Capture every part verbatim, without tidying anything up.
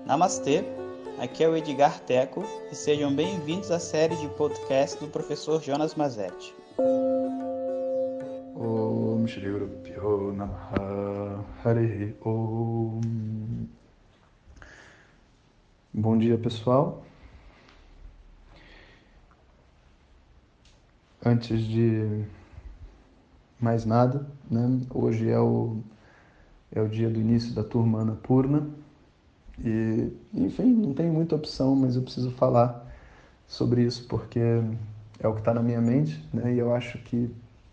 Namastê, aqui é o Edgar Teco e sejam bem-vindos à série de podcast do professor Jonas Mazetti. Om Shri Guru Pyo Namaha Harihi Om. Bom dia, pessoal. Antes de mais nada, né, hoje é o, é o dia do início da turma Annapurna e, enfim, não tem muita opção, mas eu preciso falar sobre isso porque é o que está na minha mente, né, e eu acho que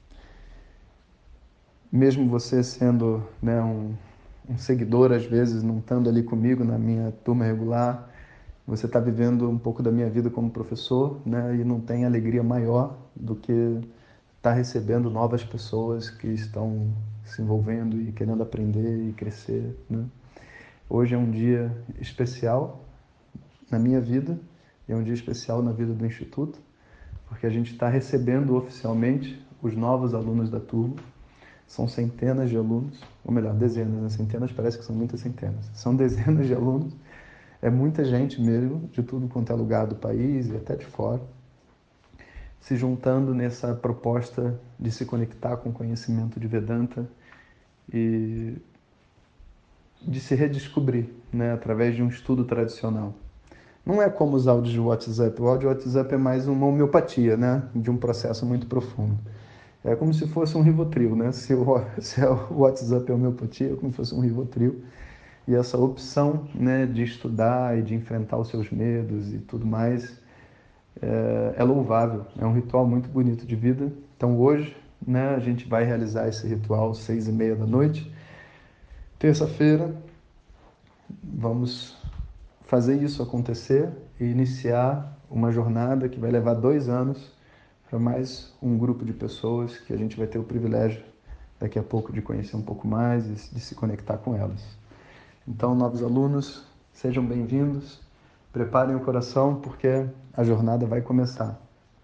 mesmo você sendo, né, um, um seguidor, às vezes, não estando ali comigo na minha turma regular, você está vivendo um pouco da minha vida como professor, né, e não tem alegria maior do que estar tá recebendo novas pessoas que estão se envolvendo e querendo aprender e crescer, né? Hoje é um dia especial na minha vida, e é um dia especial na vida do Instituto, porque a gente está recebendo oficialmente os novos alunos da turma. São centenas de alunos, ou melhor, dezenas, né? Centenas parece que são muitas centenas. São dezenas de alunos, é muita gente mesmo, de tudo quanto é lugar do país e até de fora, se juntando nessa proposta de se conectar com o conhecimento de Vedanta e de se redescobrir, né, através de um estudo tradicional. Não é como os áudios de WhatsApp. O áudio de WhatsApp é mais uma homeopatia, né, de um processo muito profundo. É como se fosse um Rivotril, né? Se o, se o WhatsApp é homeopatia, é como se fosse um Rivotril. E essa opção, né, de estudar e de enfrentar os seus medos e tudo mais é, é louvável. É um ritual muito bonito de vida. Então hoje, né, a gente vai realizar esse ritual às seis e meia da noite. Terça-feira, vamos fazer isso acontecer e iniciar uma jornada que vai levar dois anos para mais um grupo de pessoas que a gente vai ter o privilégio daqui a pouco de conhecer um pouco mais e de se conectar com elas. Então, novos alunos, sejam bem-vindos, preparem o coração porque a jornada vai começar.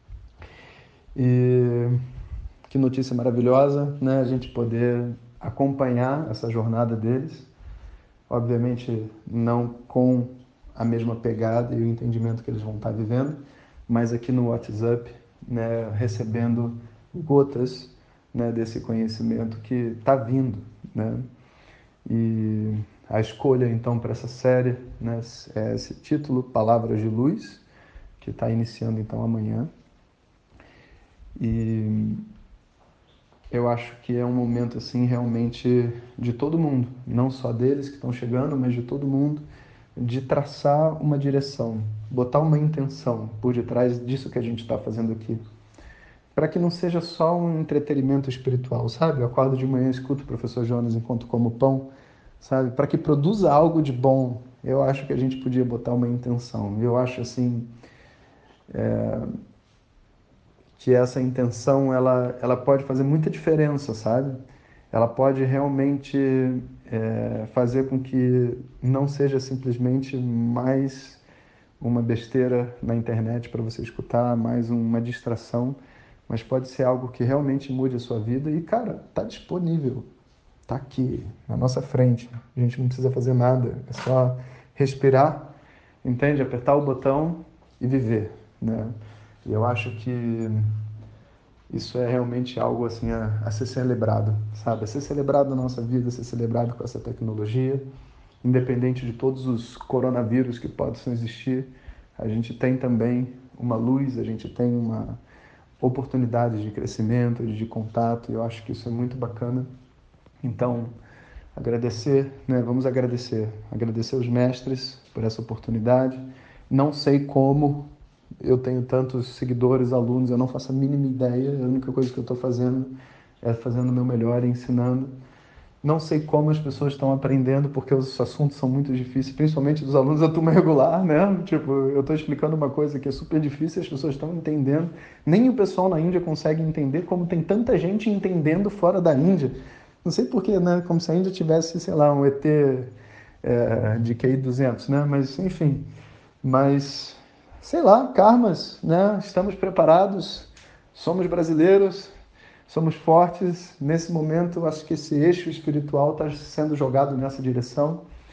E que notícia maravilhosa, né? A gente poder acompanhar essa jornada deles, obviamente não com a mesma pegada e o entendimento que eles vão estar vivendo, mas aqui no WhatsApp, né, recebendo gotas, né, desse conhecimento que está vindo, né? E a escolha então para essa série, né, é esse título, Palavras de Luz, que está iniciando então amanhã. E eu acho que é um momento assim realmente de todo mundo, não só deles que estão chegando, mas de todo mundo, de traçar uma direção, botar uma intenção por detrás disso que a gente está fazendo aqui. Para que não seja só um entretenimento espiritual, sabe? Eu acordo de manhã, escuto o professor Jonas enquanto como pão, sabe? Para que produza algo de bom, eu acho que a gente podia botar uma intenção. Eu acho assim é, que essa intenção ela, ela pode fazer muita diferença, sabe? Ela pode realmente é, fazer com que não seja simplesmente mais uma besteira na internet para você escutar, mais uma distração, mas pode ser algo que realmente mude a sua vida e, cara, tá disponível, tá aqui, na nossa frente. A gente não precisa fazer nada, é só respirar, entende? Apertar o botão e viver, né? E eu acho que isso é realmente algo assim a, a ser celebrado, sabe? A ser celebrado na nossa vida, a ser celebrado com essa tecnologia, independente de todos os coronavírus que possam existir, a gente tem também uma luz, a gente tem uma oportunidade de crescimento, de contato, e eu acho que isso é muito bacana. Então, agradecer, né? Vamos agradecer, agradecer os mestres por essa oportunidade. Não sei como eu tenho tantos seguidores, alunos, eu não faço a mínima ideia, a única coisa que eu estou fazendo é fazendo o meu melhor e ensinando. Não sei como as pessoas estão aprendendo, porque os assuntos são muito difíceis, principalmente dos alunos da turma regular, né? Tipo, eu estou explicando uma coisa que é super difícil e as pessoas estão entendendo. Nem o pessoal na Índia consegue entender, como tem tanta gente entendendo fora da Índia. Não sei porquê, né? Como se a Índia tivesse, sei lá, um E T é, de Q I duzentos, né? Mas, enfim. Mas, sei lá, karmas, né? Estamos preparados, somos brasileiros, somos fortes. Nesse momento, acho que esse eixo espiritual está sendo jogado nessa direção.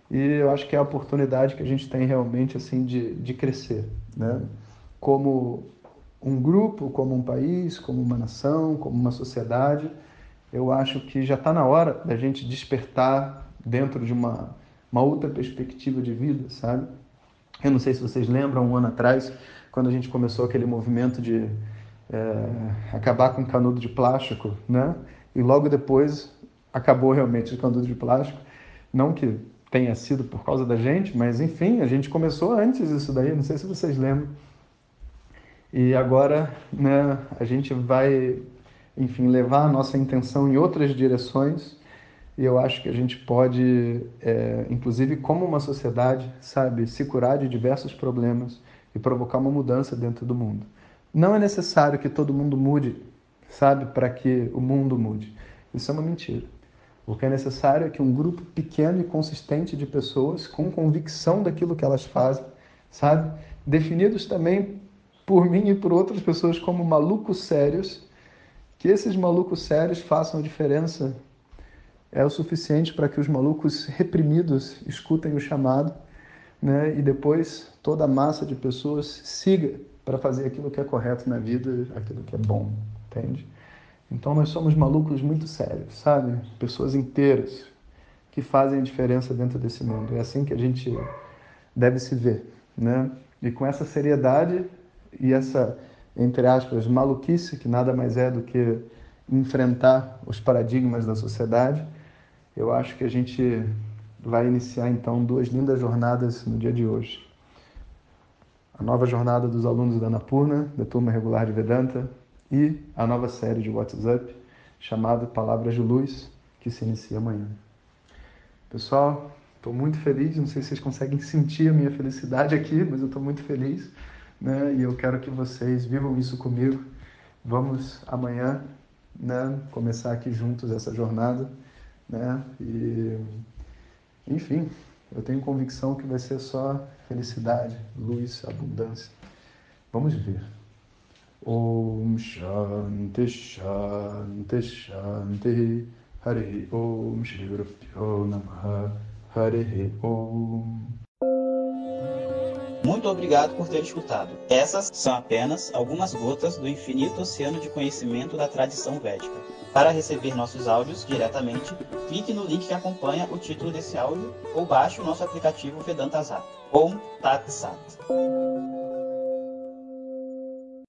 E eu acho que é a oportunidade que a gente tem realmente assim de, de crescer, né? Como um grupo, como um país, como uma nação, como uma sociedade. Eu acho que já está na hora da gente despertar dentro de uma, uma outra perspectiva de vida, sabe? Eu não sei se vocês lembram, um ano atrás, quando a gente começou aquele movimento de é, acabar com o canudo de plástico, né? E logo depois acabou realmente o canudo de plástico. Não que tenha sido por causa da gente, mas enfim, a gente começou antes isso daí, não sei se vocês lembram. E agora, né, a gente vai, enfim, levar a nossa intenção em outras direções. E eu acho que a gente pode, é, inclusive como uma sociedade, sabe, se curar de diversos problemas e provocar uma mudança dentro do mundo. Não é necessário que todo mundo mude, sabe, para que o mundo mude. Isso é uma mentira. O que é necessário é que um grupo pequeno e consistente de pessoas, com convicção daquilo que elas fazem, sabe, definidos também por mim e por outras pessoas como malucos sérios, que esses malucos sérios façam a diferença. É o suficiente para que os malucos reprimidos escutem o chamado, né? E depois toda a massa de pessoas siga para fazer aquilo que é correto na vida, aquilo que é bom, entende? Então nós somos malucos muito sérios, sabe? Pessoas inteiras que fazem a diferença dentro desse mundo. É assim que a gente deve se ver, né? E com essa seriedade e essa, entre aspas, maluquice, que nada mais é do que enfrentar os paradigmas da sociedade, eu acho que a gente vai iniciar então duas lindas jornadas no dia de hoje. A nova jornada dos alunos da Annapurna, da turma regular de Vedanta, e a nova série de WhatsApp chamada Palavras de Luz, que se inicia amanhã. Pessoal, estou muito feliz, não sei se vocês conseguem sentir a minha felicidade aqui, mas eu estou muito feliz, né? E eu quero que vocês vivam isso comigo. Vamos amanhã, né, começar aqui juntos essa jornada, né? E, enfim, eu tenho convicção que vai ser só felicidade, luz, abundância. Vamos ver. Om Shanti Shanti Shanti Hare Om Shri Guru Pyo Namaha Hare Om. Muito obrigado por ter escutado. Essas são apenas algumas gotas do infinito oceano de conhecimento da tradição védica. Para receber nossos áudios diretamente, clique no link que acompanha o título desse áudio ou baixe o nosso aplicativo Vedanta Zap. Om Tat Sat.